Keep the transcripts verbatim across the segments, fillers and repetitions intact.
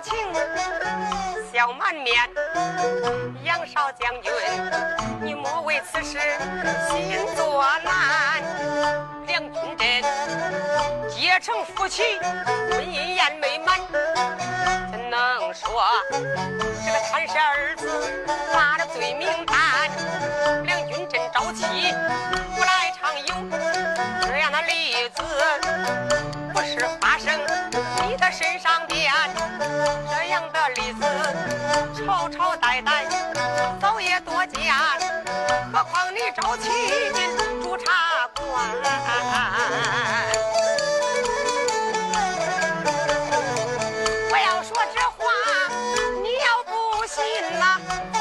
情笑满面。杨少将军，你莫为此事心作难。两军阵结成夫妻，婚姻美满，怎能说这个贪食二字罚了罪名单？两军阵朝夕不来常有这样的例子，不是发生你的身上边，这样的例子朝朝代代早也多见，何况你招亲驻察官。我要说这话你要不信呐，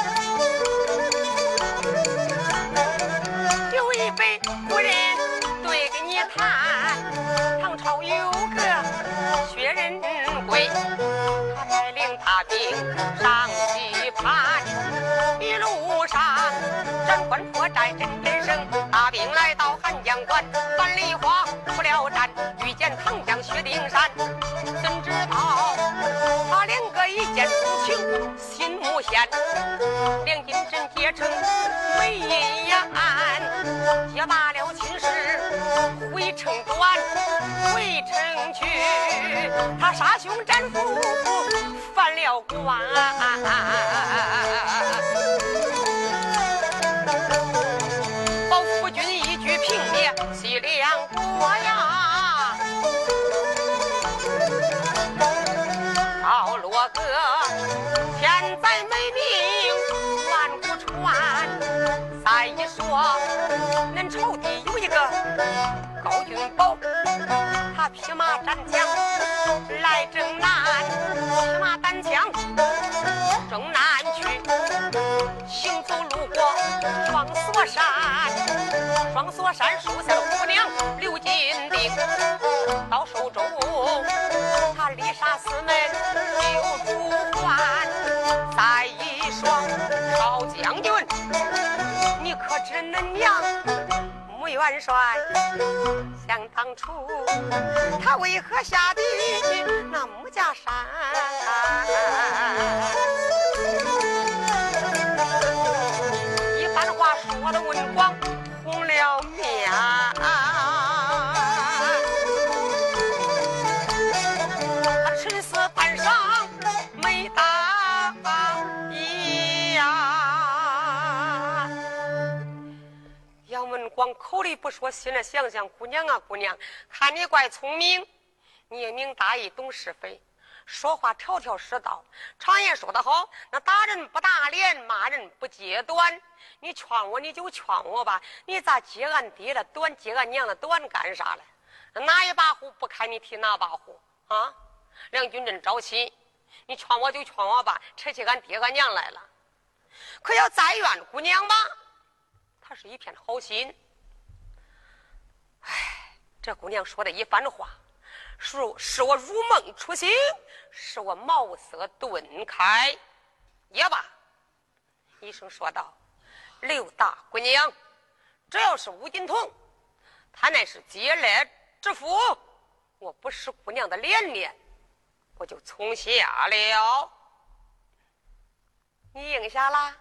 有一位古人对给你谈，唐朝有个薛仁贵，他带领大兵上西盘，一路上斩关破寨阵阵声，大兵来到汉江关，樊梨花出了战，遇见唐将薛丁山，怎知道他两个一见钟情心目现，两军阵结成美姻缘，结罢了亲事回城端，回城去他杀兄斩父犯了官。包夫君一举平灭西凉国呀，赵罗阁天灾美名万古传。再一说恁朝地有一个高君宝，他披马战将来征南，披马单枪征南去，行走路过双锁山，双锁山树下的姑娘刘金定，到寿州他离杀四门救主还。再一说少将军，你可知恁娘穆元帅想当初他为何下的那穆家山？一番话说的文广红了面，他沉思半晌没答一呀。杨文广口里不说，心里想想，姑娘啊姑娘，看你怪聪明，你也明大义懂是非，说话条条是道。常言说得好，那打人不打脸，骂人不揭短。你劝我你就劝我吧，你咋揭俺爹的短，揭俺娘的短干啥嘞？哪一把火不开你提哪把火啊？梁军阵着急，你劝我就劝我吧，扯起俺爹俺娘来了。可要再怨姑娘吧，她是一片好心。哎，这姑娘说的一番话，是是我如梦初醒，使我茅塞顿开。也罢，医生说道：“刘大姑娘，只要是吴金童，他乃是劫掠之夫，我不识姑娘的脸面，我就从下了。你应下啦？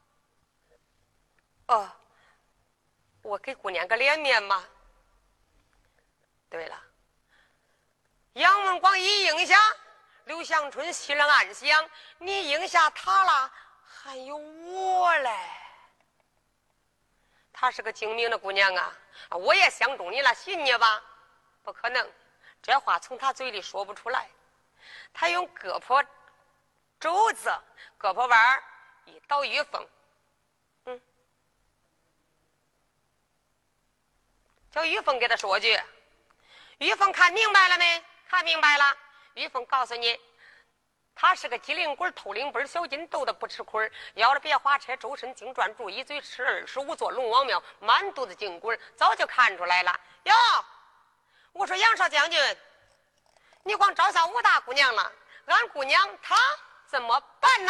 哦，我给姑娘个脸面吗？对了。”杨文广一应下，刘祥春心里暗想：你应下他了，还有我嘞。她是个精明的姑娘啊，我也相中你了，信你吧？不可能，这话从她嘴里说不出来。她用胳膊肘子、胳膊腕一倒玉凤，嗯，叫玉凤给她说句。玉凤看明白了没？看明白了。玉凤告诉你，他是个机灵鬼，偷灵本，小金斗的不吃亏，要了别花车，周身金转柱，一嘴吃二十五座龙王庙，满肚子金鬼，早就看出来了。哟，我说杨少将军，你光招下武大姑娘了，俺姑娘她怎么办呢？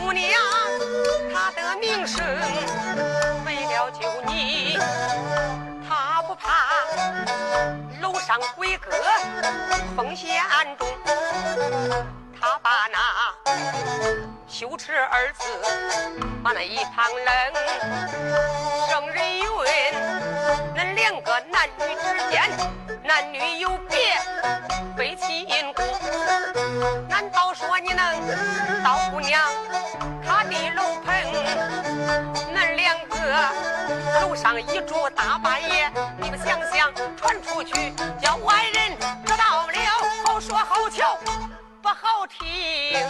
姑娘她的名声，为了救你，她不怕楼上鬼哥风险中，她把那羞耻二字把那一旁扔。圣人云，恁两个男女之间男女有别，非亲故。难道说你能到姑娘她的楼棚？恁两个楼上一住大半夜，你们想想传出去，叫外人知道了，好说好巧不好听。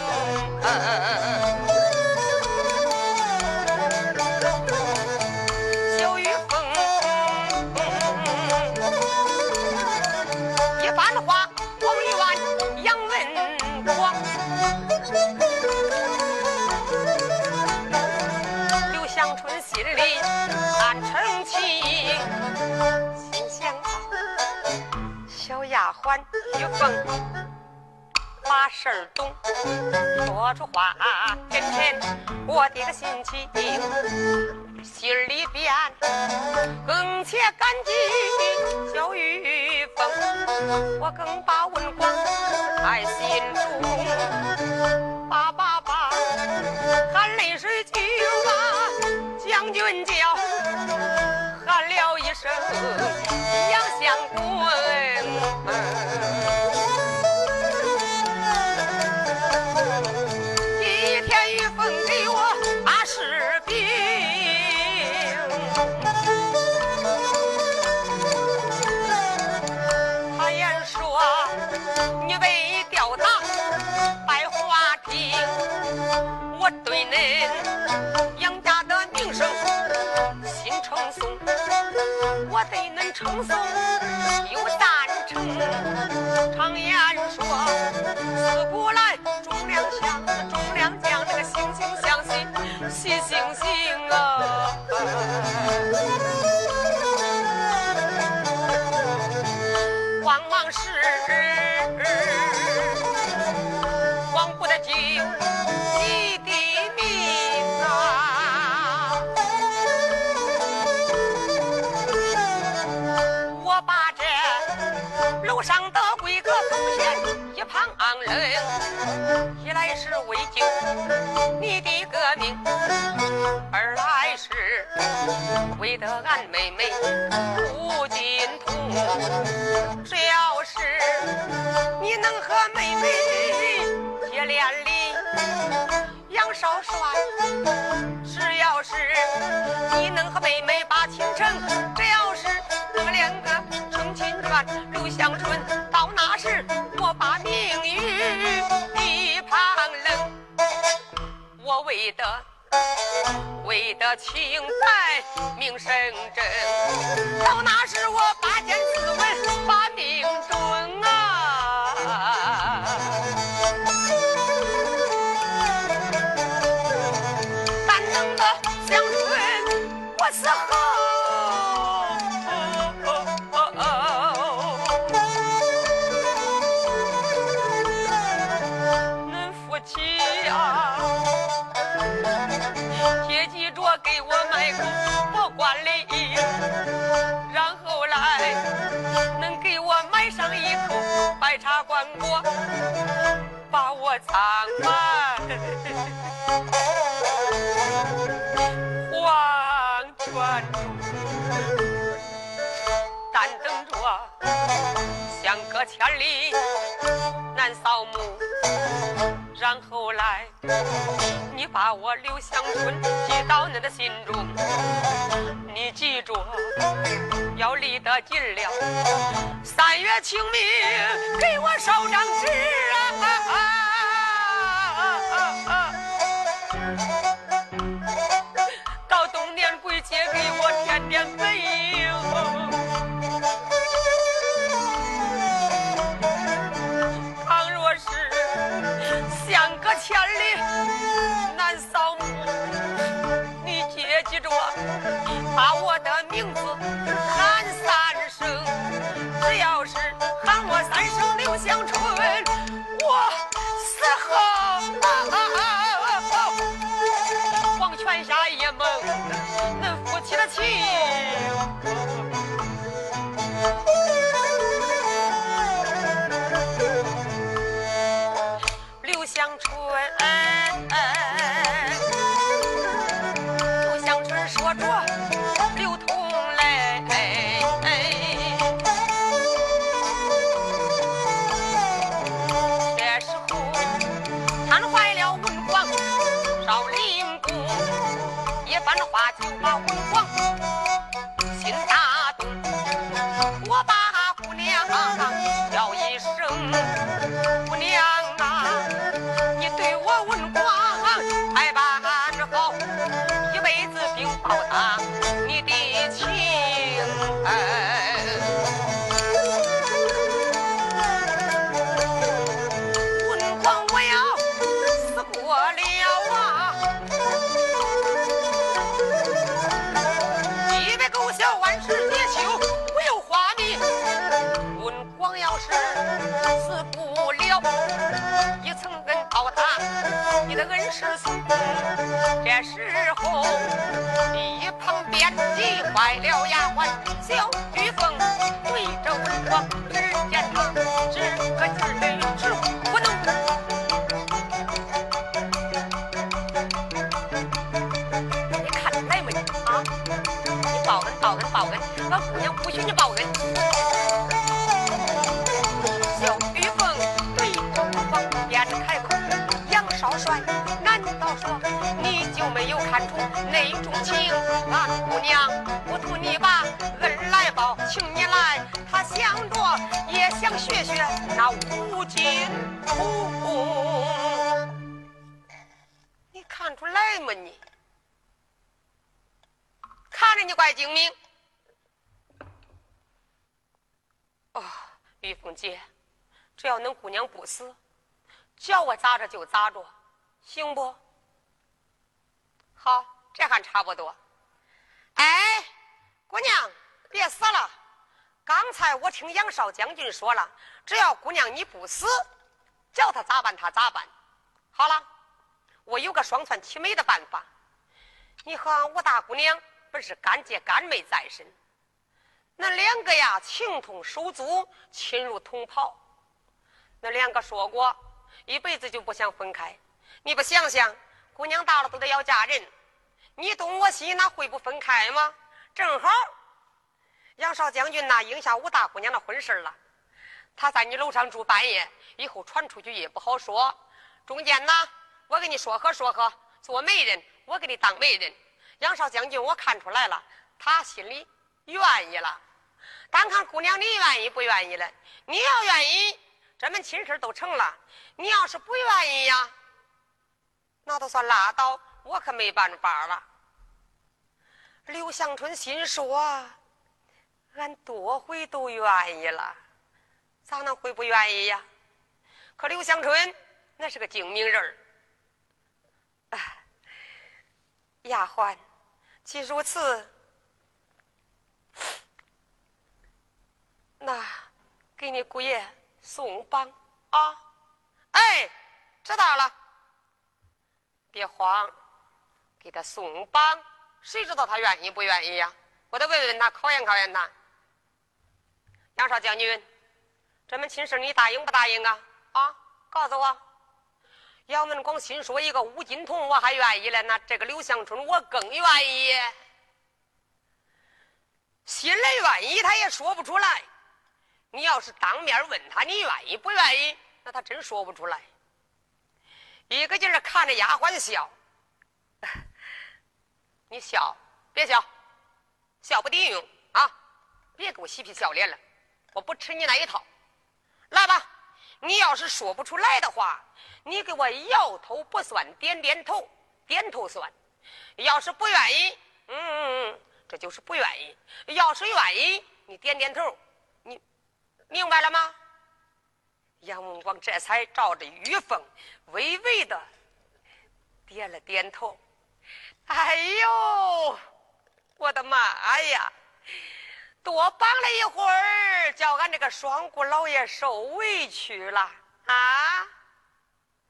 小雨风一番话王元杨文国，刘香春心里暗生气，心想啊，小丫鬟雨风把事儿懂，说出话甜甜我的个心情，心里边更且感激小雨风，我更把文广在心中，叭叭叭含泪水就把将军叫，喊了一声杨相公。一天雨风给我把士兵，他言说你为吊打百花亭，我对恁杨家的名声心称颂，我对恁称颂有赞成。常言说自古来忠良相忠良将，这个惺惺相惜惜惺惺啊。往往是忘不得救你的命啊，我把这楼上的贵哥风险一旁扔，一来是为救你的革命，二来是为得俺妹妹不尽痛。只要是你能和妹妹结连理，杨少帅，只要是你能和妹妹把亲成，只要是我们两个成亲眷，刘香春到那时我把命运一旁扔，我为的为的清白名声正，到那时我八剑自刎把命准啊。但能的香春我死后，恁夫妻呀也记着给我买口宝冠礼，然后来能给我买上一口白茶灌锅，把我藏满黄泉中，但等着相隔千里难扫墓，然后来你把我刘香春记到你的心中，你记住要离得近了，三月清明给我烧张纸啊，到冬年归节给我添点肥油，倘若是相隔千里难扫墓，你记记着把我的名字喊三声，只要是喊我三声刘香春，我死后啊啊啊啊起了情。刘香春，刘香春说着流淌泪，这时候瘫坏了文广少林宫，一番话就把文广心打动。我把姑娘叫一声，姑娘啊，你对我文广还办好，一辈子并报答你的情。文广我要死过了啊，一杯狗笑万事皆休，不由花迷。文广要是死不了，一层恩报答你的恩师孙。这时候一旁边急坏了丫鬟小玉凤，对着文广只见他只个字没只不能。你看来没啊？你报恩报恩报恩，老姑娘不许你报恩。小玉凤对着文广便开口，杨少帅，难道说你就没有看出那种情？俺姑娘不图你把恩来报，请你来，他想着也想学学那吴金虎。你看出来吗？你看着你怪精明。哦，玉凤姐，只要恁姑娘不死，叫我咋着就咋着，行不？好，这还差不多。哎，姑娘别死了，刚才我听杨少将军说了，只要姑娘你不死，叫他咋办他咋办。好了，我有个双全其美的办法。你和我大姑娘不是干姐干妹在身，那两个呀情同手足，亲如同袍。那两个说过一辈子就不想分开，你不想想姑娘大了都得要嫁人，你懂我心，那会不分开吗？正好杨少将军呐应下我大姑娘的婚事了，他在你楼上住半夜，以后传出去也不好说。中间呢我给你说和说和，做媒人我给你当媒人。杨少将军我看出来了，他心里愿意了，单看姑娘你愿意不愿意了。你要愿意，这门亲事都成了；你要是不愿意呀，那都算拉倒，我可没办法了。刘香春心说，俺多回都愿意了，咋能会不愿意呀？可刘香春那是个精明人儿。哎，丫鬟，既如此，那给你姑爷送帮啊！哎，知道了，别慌，给他送帮，谁知道他愿意不愿意呀？我得问问他，考验考验他。杨少将军，这门亲事你答应不答应啊？啊，告诉我。杨文广心说一个吴金童我还愿意了，那这个刘香春我更愿意。心里愿意他也说不出来，你要是当面问他你愿意不愿意，那他真说不出来。一个劲儿看着丫鬟笑，你笑别笑，笑不顶用啊！别给我嬉皮笑脸了，我不吃你那一套。来吧，你要是说不出来的话，你给我摇头不算，点点头，点头算。要是不愿意，嗯嗯嗯，这就是不愿意；要是愿意，你点点头，你明白了吗？杨文广这才照着玉凤微微的点了点头。哎呦，我的妈呀！多绑了一会儿，叫俺这个双姑老爷受委屈了啊！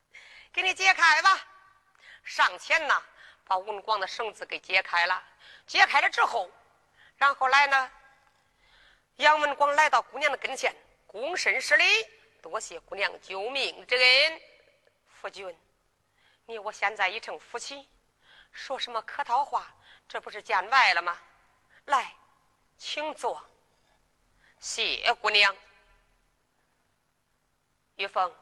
给你解开吧。上前呐，把文广的绳子给解开了， 解开了之后，然后来呢，杨文广来到姑娘的跟前，躬身施礼，多谢姑娘救命之恩。夫君，你我现在已成夫妻，说什么客套话，这不是见外了吗？来，请坐。谢姑娘。玉凤，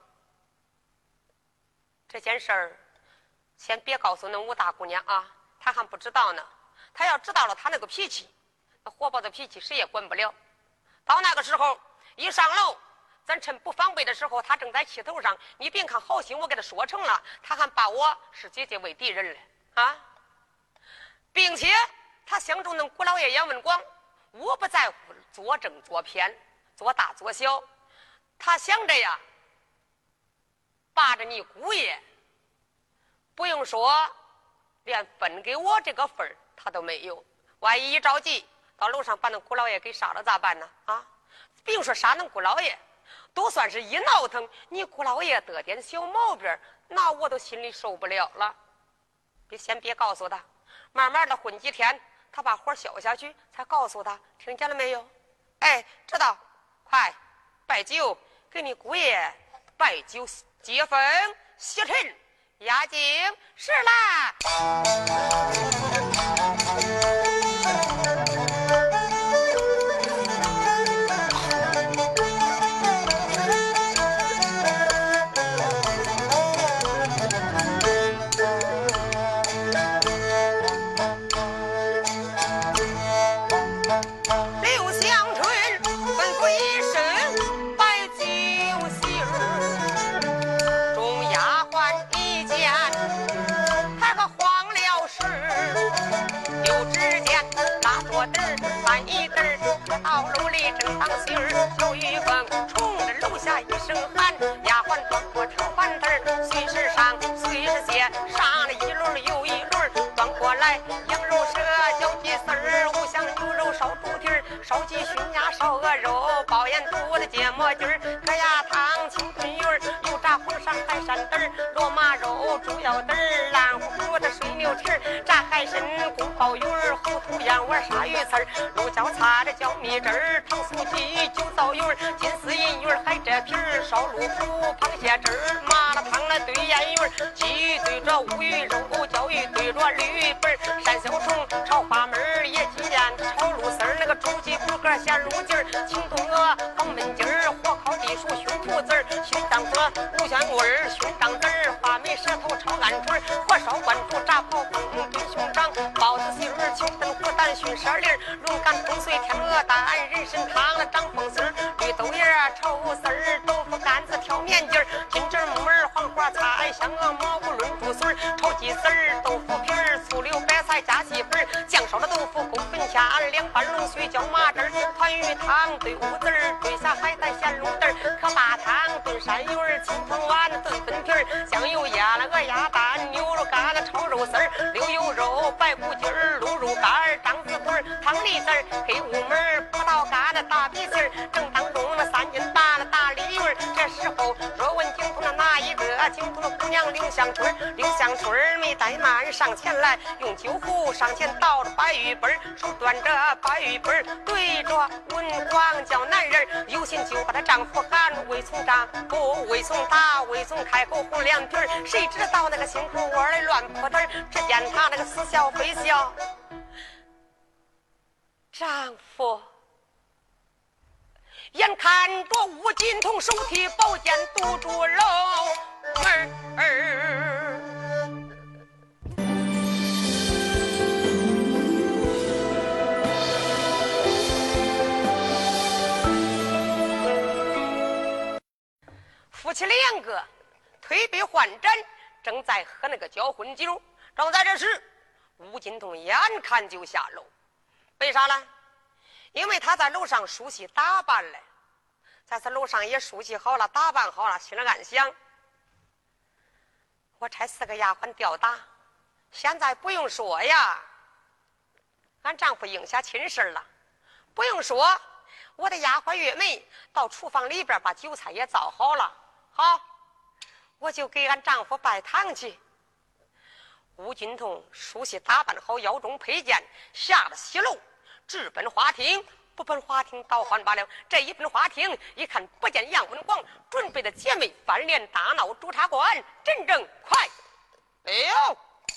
这件事儿先别告诉那武大姑娘啊，她还不知道呢。她要知道了，她那个脾气，那火爆的脾气谁也管不了。到那个时候一上楼，咱趁不防备的时候，她正在气头上，你别看好心我给她说成了，她还把我是姐姐为敌人了啊！并且她相中那姑老爷杨文广，我不在乎左正左偏，左大左小，她想着呀，霸着你姑爷，不用说，连分给我这个份儿他都没有。万一一着急到楼上把那姑老爷给杀了咋办呢？啊，不用说杀那姑老爷，都算是一闹腾，你姑老爷得点小毛病，那我都心里受不了了。别先别告诉他，慢慢的混几天，他把火消下去才告诉他，听见了没有？哎，知道。快拜酒，给你姑爷拜酒接风洗尘。押金是啦。刘香春吩咐一声摆酒席儿，众丫鬟一见他个慌了神，就只见大桌凳翻一凳儿，到楼里正当心儿，小玉凤冲着楼下一声喊，丫鬟端过挑饭凳儿，随时上随时歇，上了一轮又一轮，端过来羊肉蛇小鸡丝儿，五香牛肉烧猪蹄儿，烧鸡熏鸭烧鹅肉，包盐肚的芥末鸡儿，可鸭汤清炖鱼儿，油炸黄鳝海山墩儿，罗马肉猪腰墩儿，烂乎乎的水牛翅儿，炸海参宫保鱼儿，糊涂燕窝鲨鱼刺儿，鹿角擦的椒米汁儿，糖酥鸡酒糟鱼儿，金丝银鱼儿海蜇皮儿，烧鹿脯螃蟹汁儿，麻辣烫了对腌鱼儿，鸡鱼对着乌鱼肉，椒鱼对着驴本儿，山小虫炒花门儿，野鸡燕炒鹿丝儿，那个猪鸡骨骼咸鹿筋儿，青冬鹅黄焖筋儿，火烤地鼠熏兔子儿，熏当锅五香味儿，熏当子儿，花梅舌头炒鹌鹑儿，火烧关猪炸跑风炖熊掌，包子馅儿清粉虎蛋熏蛇粒儿，龙肝冬碎天鹅蛋，人参汤了长风丝儿，绿豆叶儿炒丝儿，豆腐干子挑面筋儿，金针木耳黄花菜，香鹅蘑菇炖竹笋儿，炒鸡丝儿，豆腐皮儿，醋溜白菜加细粉儿，酱烧的豆腐勾粉虾，凉拌龙髓椒麻汁儿，团鱼汤对乌子儿，追下海带咸卤蛋儿，可把汤炖山芋儿，青藤丸炖粉皮儿，香油鸭了鹅鸭蛋，牛肉干了炒肉丝儿，溜油肉白骨筋儿，鹿肉干儿，张子腿儿，汤梨子儿，黑乌门儿，葡萄干的大鼻子儿，正当中了三斤大了大鲤鱼儿，这时候若问精通了哪一个？精通的姑娘刘香春，刘香春没怠慢上前来，用酒壶上前倒着白玉杯，手端着白玉杯，对着文广叫男人，有心就把她丈夫喊，未从丈夫未从打，未从开口红脸皮儿，谁知道那个心口窝里乱扑腾，只见他那个似笑非笑，丈夫。眼看着吴金童手提宝剑堵住楼儿儿，夫妻两个推杯换盏，正在喝那个交婚酒。正在这时，吴金童眼看就下楼，为啥呢？因为他在楼上梳洗打扮了，在这楼上也梳洗好了，打扮好了，心里暗想：我差四个丫鬟吊打，现在不用说呀，俺丈夫应下亲事了。不用说，我的丫鬟月梅到厨房里边把酒菜也造好了，好，我就给俺丈夫拜堂去。 吴金童梳洗打扮好，腰中佩剑，下了西楼，直奔花厅。不奔花厅倒换罢了，这一奔花厅，一看不见杨文广，准备的姐妹翻脸大闹朱察官，真正快了。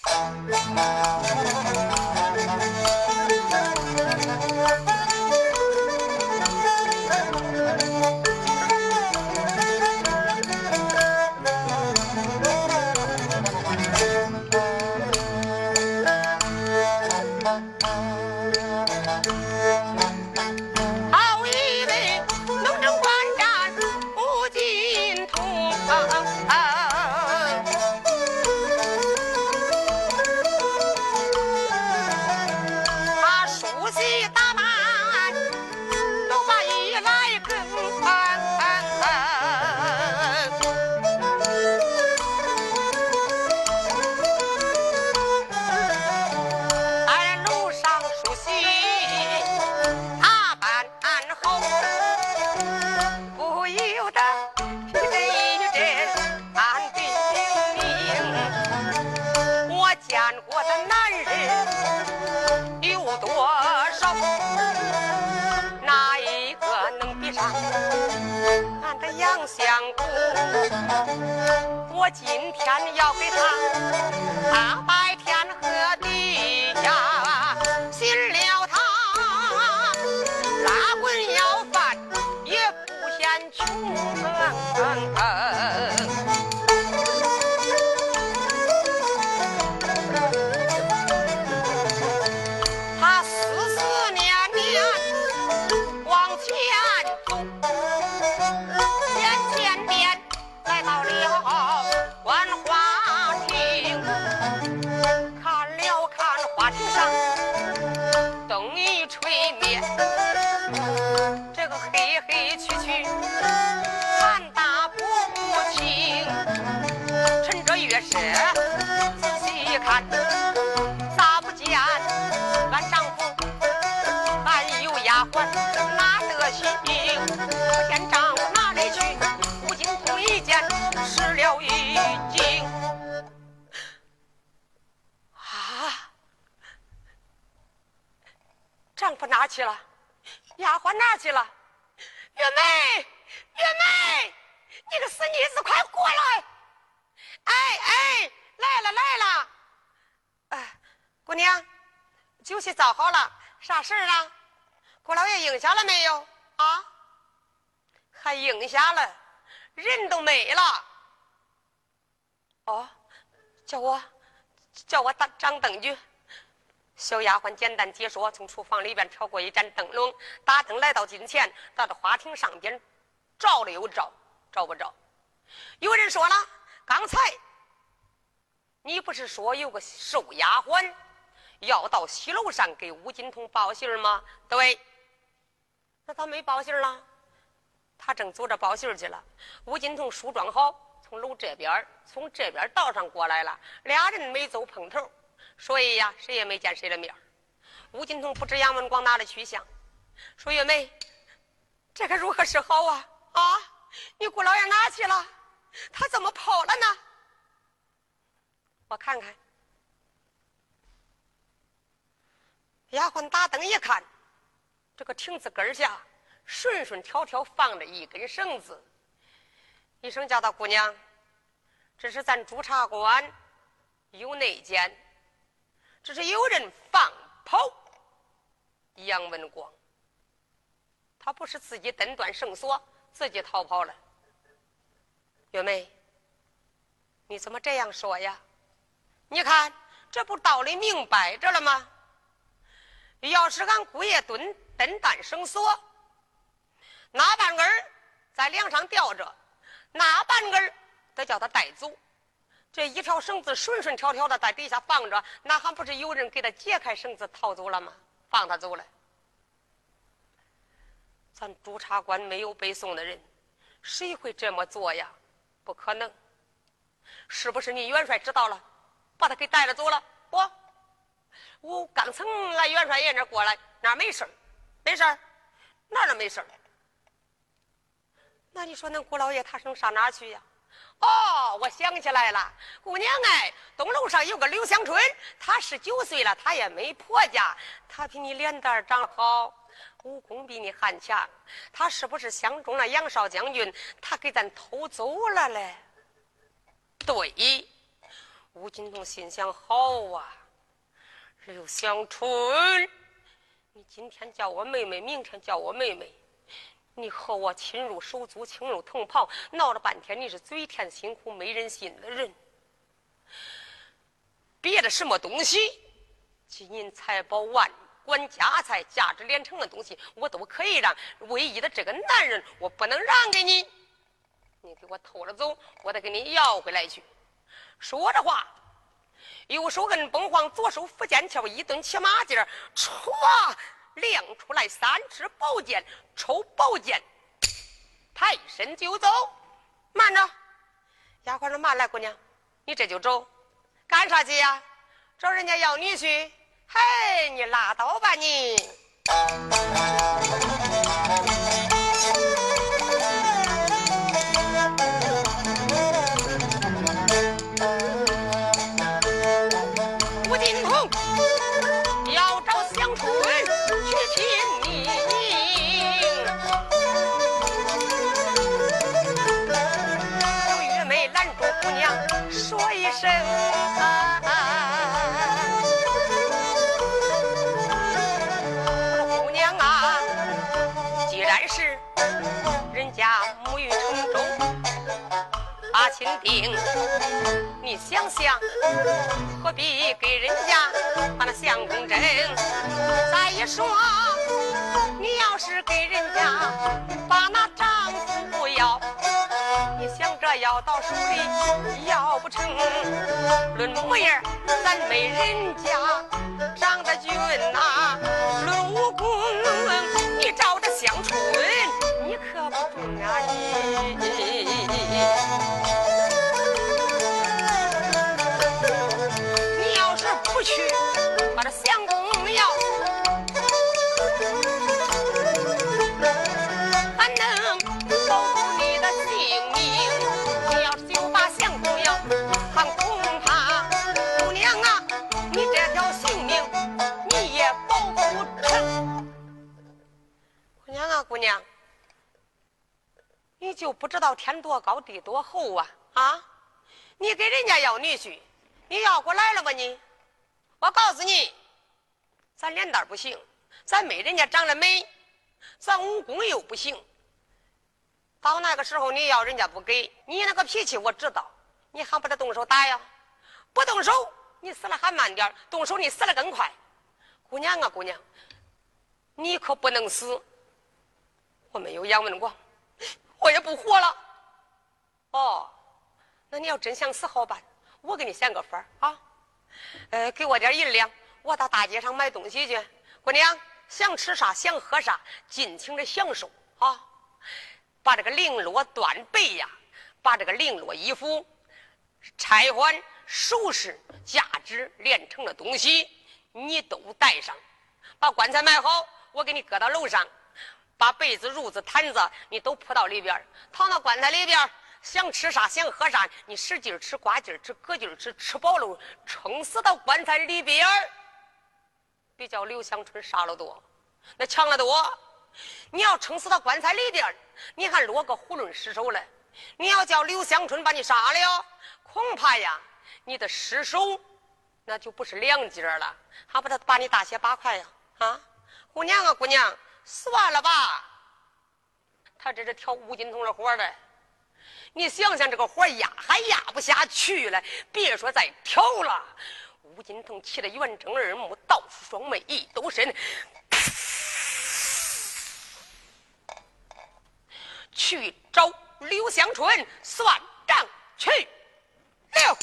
我今天要给他大白天和地呀，信了他拉棍要饭也不嫌穷。他四四年年往前走，眼前边来到了万花厅，看了看花厅上灯一吹灭，这个黑黑黢黢看大不清，趁着月色仔细一看，咋不见俺丈夫还有丫鬟哪得行？不见丈夫哪里去？吴金童一见失了一惊啊！丈夫哪去了？丫鬟哪去了？月妹，月妹，你个死妮子，快过来！哎哎，来了来了！哎，姑娘，酒席造好了，啥事儿啊？郭老爷应下了没有？啊？还应下了，人都没了。哦，叫我叫我当张灯具。小丫鬟简单解说，从厨房里边挑过一盏灯笼，打灯来到近前，到这花厅上边照了又照，照不着。有人说了，刚才你不是说有个瘦丫鬟要到西楼上给吴金童报信吗？对，那他没报信了，他正走着报信去了。吴金童梳妆好，从楼这边从这边道上过来了，俩人没走碰头，所以呀，谁也没见谁的面。吴金童不知杨文广哪里去向，说月梅，这可如何是好啊？啊，你姑老爷哪去了？他怎么跑了呢？我看看。丫鬟打灯一看，这个亭子根下顺顺条条放着一根绳子，一声叫道：“姑娘，这是咱朱察官有内奸，这是有人放跑杨文广，他不是自己蹬断绳索自己逃跑了。月梅，你怎么这样说呀？你看这不道理明摆着了吗？要是俺姑爷蹲蹬断绳索，那半根儿在梁上吊着，那半根儿得叫他带走，这一条绳子顺顺条条的在底下放着，那还不是有人给他解开绳子逃走了吗？放他走了。咱朱察官没有背诵的人，谁会这么做呀？不可能。是不是你元帅知道了，把他给带了走了？我我刚曾来元帅爷那过来，那没事没事哪儿都没事。那你说那郭老爷他能上哪儿去呀？ 哦，我想起来了，姑娘哎，东楼上有个刘香春，她十九岁了，她也没婆家，她比你脸蛋长好，武功比你还强，她是不是相中了杨少将军？她给咱偷走了嘞？对，吴金东心想：好啊，刘香春，你今天叫我妹妹，明天叫我妹妹。你和我亲如手足，情如同袍，闹了半天你是嘴甜心苦没人信的人。别的什么东西，金银财宝万贯家财价值连城的东西我都可以让，唯一的这个男人我不能让给你。你给我偷了走，我得给你要回来去。说着话，右手摁崩簧，左手扶剑鞘，一顿骑马劲儿，歘亮出来三支宝剑，抽宝剑，抬身就走。慢着，丫鬟说：“慢来，姑娘，你这就走，干啥去呀？找人家要女婿？嘿，你拉倒吧你！”吴金童要找香春去拼命，有玉梅拦住姑娘说一声啊，姑娘啊，既然是人家沐浴成舟把亲定，你想想何必给人家把那相公争？再一说你要是给人家把那丈夫要，你想着要到手里要不成，论模样咱没人家长得俊呐，论武功你照着香春你可不中啊你。你要是不去把这相公要，还能保住你的性命。你要是就把相公要，还恐怕姑娘啊，你这条性命你也保不成。姑娘啊，姑娘，你就不知道天多高地多厚啊啊！你给人家要女婿，你要过来了吧你？我告诉你，咱脸蛋不行，咱没人家长得美，咱武功又不行。到那个时候你要人家不给，你那个脾气我知道，你还不得动手打呀？不动手你死了还慢点，动手你死了更快。姑娘啊姑娘，你可不能死。我没有杨文广，我也不活了。哦，那你要真想死好办，我给你想个法儿啊。呃，给我点银两，我到大街上买东西去。姑娘想吃啥想喝啥，尽情的享受啊！把这个绫罗缎被呀，把这个绫罗衣服、钗环、首饰、价值连城的东西，你都带上。把棺材买好，我给你搁到楼上。把被子、褥子、毯子你都铺到里边，躺到棺材里边，想吃啥想喝啥，你使劲吃，刮劲吃，搁劲吃，吃饱了撑死到棺材里边，比较刘香春杀了多，那强了多。你要撑死到棺材里边，你还落个囫囵失手了。你要叫刘香春把你杀了，恐怕呀你的尸首那就不是两截了，还不得把你大卸八块呀啊！姑娘啊姑娘，算了吧，他这是挑吴金童的活的，你想想这个活压还压不下去了，别说再挑了。吴金童气得圆睁二目，倒竖双眉，一抖身，去找刘香春算账去了。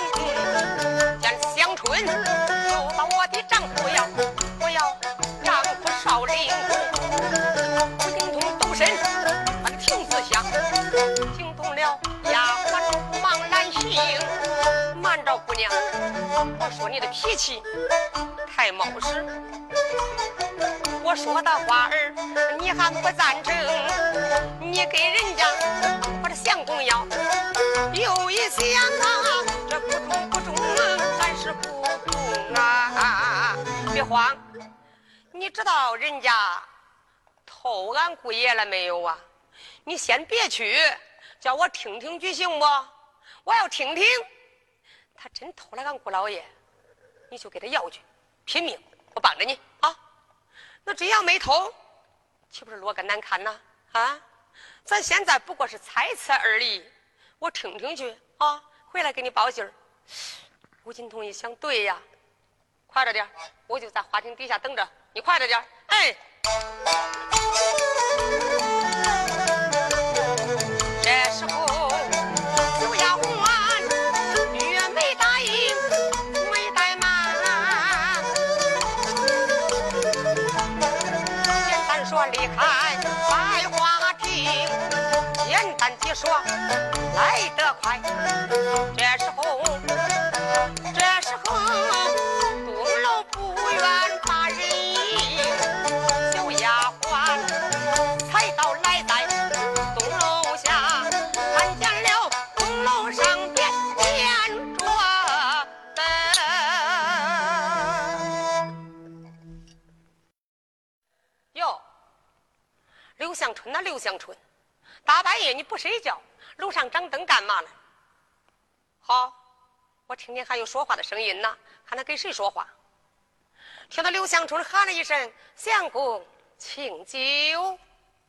丈夫要，我要丈我说你的脾气太冒失，我说的话儿你还不赞成，你给人家我的相公要有一想啊，这不中不中还是不中啊！别慌，你知道人家偷俺姑爷了没有啊？你先别去，叫我听听去行不？我要听听，他真偷了俺姑老爷，你就给他要去，拼命，我帮着你啊！那只要没偷，岂不是落个难堪呢？啊，咱现在不过是猜测而已，我听听去啊，回来给你报信儿。吴金童一想，对呀，快着点，我就在花亭底下等着你，快着点，哎。这时候就要还月没答应没怠慢，简单说离开百花亭，简单解说来得快。这时候这时候东楼不远把人迎，小丫鬟才到来在东楼下，看见了东楼上边点着灯。哟，刘向春呐，刘向春，大半夜你不睡觉，楼上张灯干嘛呢？好，我听见还有说话的声音呢，看他跟谁说话。听到刘向春喊了一声：“相公，请酒。”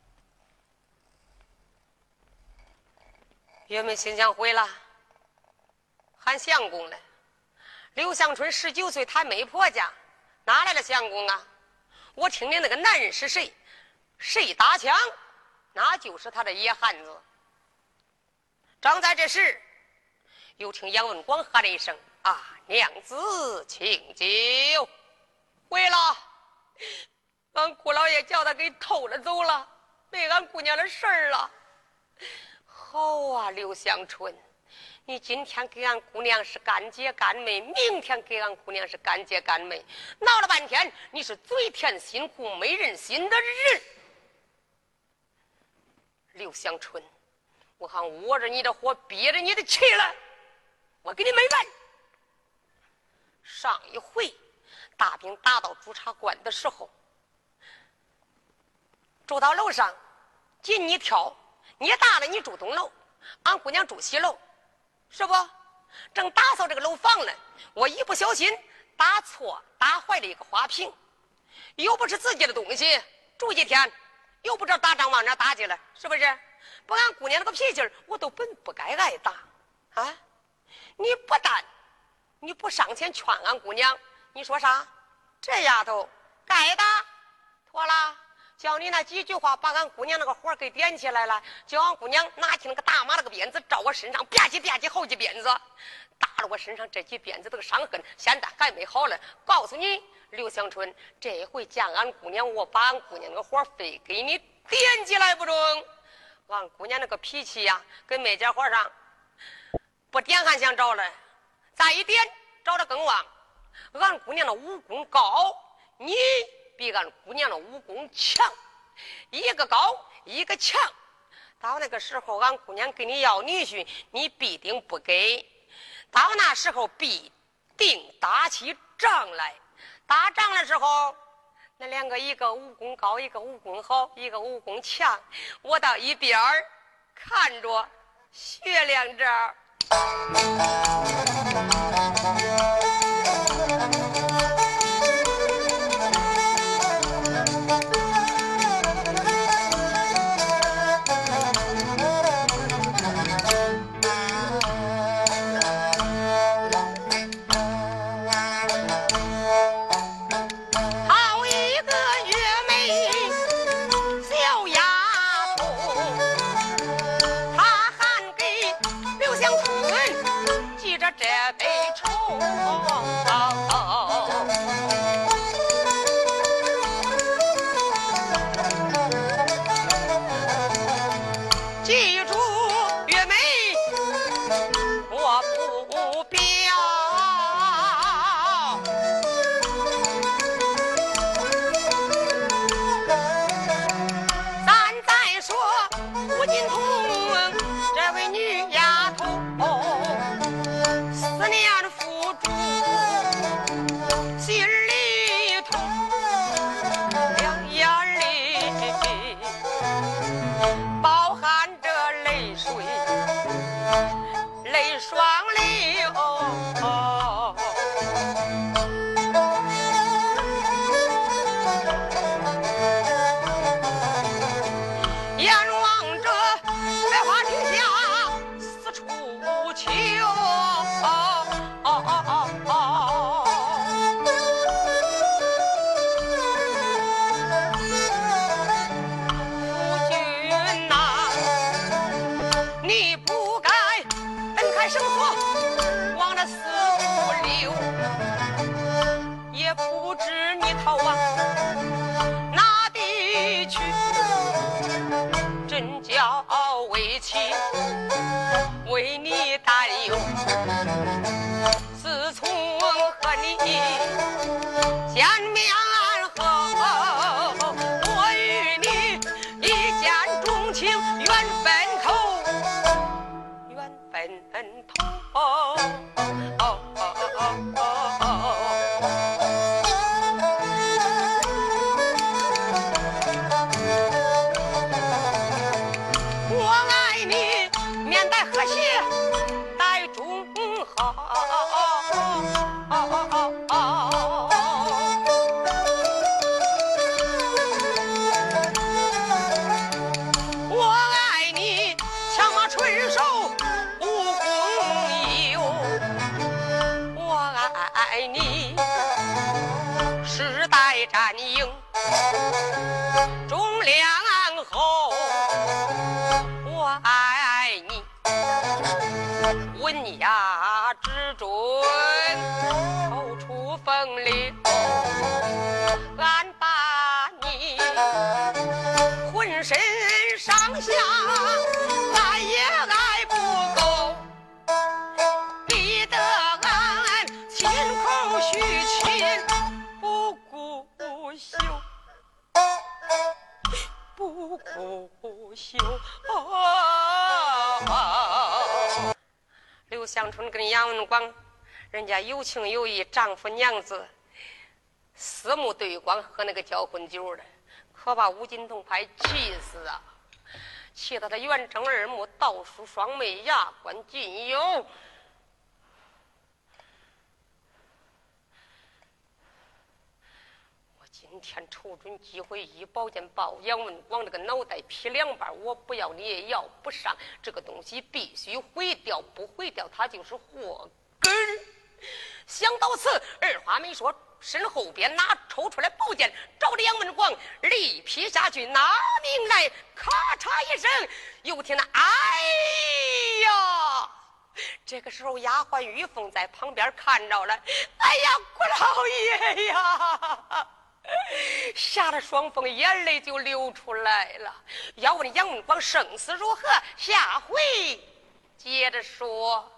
岳门心想回了，喊相公来。刘向春十九岁，他没婆家，哪来的相公啊？我听听那个男人是谁，谁打枪，那就是他的野汉子。正在这时，又听杨文广喊了一声：“啊，娘子，请酒。”回了，俺姑老爷叫他给偷了走了，没俺姑娘的事儿了。好啊，刘香春，你今天给俺姑娘是干姐干妹，明天给俺姑娘是干姐干妹，闹了半天你是嘴甜心苦没人心的人。刘香春，我还窝着你的火，憋着你的气了，我给你没完。上一回大兵打到朱茶关的时候，住到楼上，紧你挑，你大了你住东楼，俺姑娘住西楼，是不？正打扫这个楼房呢，我一不小心打错打坏了一个花瓶，又不是自己的东西，住几天又不知道打仗往哪打去了，是不是？不俺姑娘那个脾气我都本不该挨打啊！你不但你不上前劝俺姑娘，你说啥？这丫头该打，妥了。叫你那几句话，把俺姑娘那个火给点起来了。叫俺姑娘拿起那个大马那个鞭子，照我身上吧唧吧唧好几鞭子，打了我身上这几鞭子这个伤痕，现在还没好了。告诉你，刘香春，这回见俺姑娘，我把俺姑娘那个火非给你点起来不中。俺姑娘那个脾气呀、啊，跟煤家火上不点还想着了，再一点着的更旺。俺姑娘的武功高，你比俺姑娘的武功强，一个高一个强。到那个时候，俺姑娘跟你要女婿，你必定不给。到那时候必定打起仗来。打仗的时候，那两个一个武功高，一个武功好，一个武功强，我到一边儿看着学两招。这杯愁你见面后，我与你一见钟情，缘分头，缘分头。哦哦哦哦我爱你，面带和谐，待忠厚。我爱你，枪马纯熟，无功有。我爱你，世代战营，忠良厚。我爱你，文雅之准，抽出风流。俺把你浑身上下爱也爱不够，逼得俺亲口许亲，不顾羞，不顾羞。哦，刘香春跟杨文广人家有情有义，丈夫娘子四目对光，喝那个交婚酒的，可把吴金东派气死啊！气得他圆睁二目，倒竖双眉，牙关尽有。我今天瞅准机会，一宝剑抱杨文广这个脑袋劈两半，我不要你也要不上，这个东西必须毁掉，不毁掉他就是祸根。想到此，二话没说，身后边拿抽出来宝剑，找着杨文广，力劈下去，拿命来，咔嚓一声，又听那哎呀！这个时候，丫鬟玉凤在旁边看着了，哎呀，姑老爷呀！吓得双凤眼泪就流出来了。要问杨文广生死如何，下回接着说。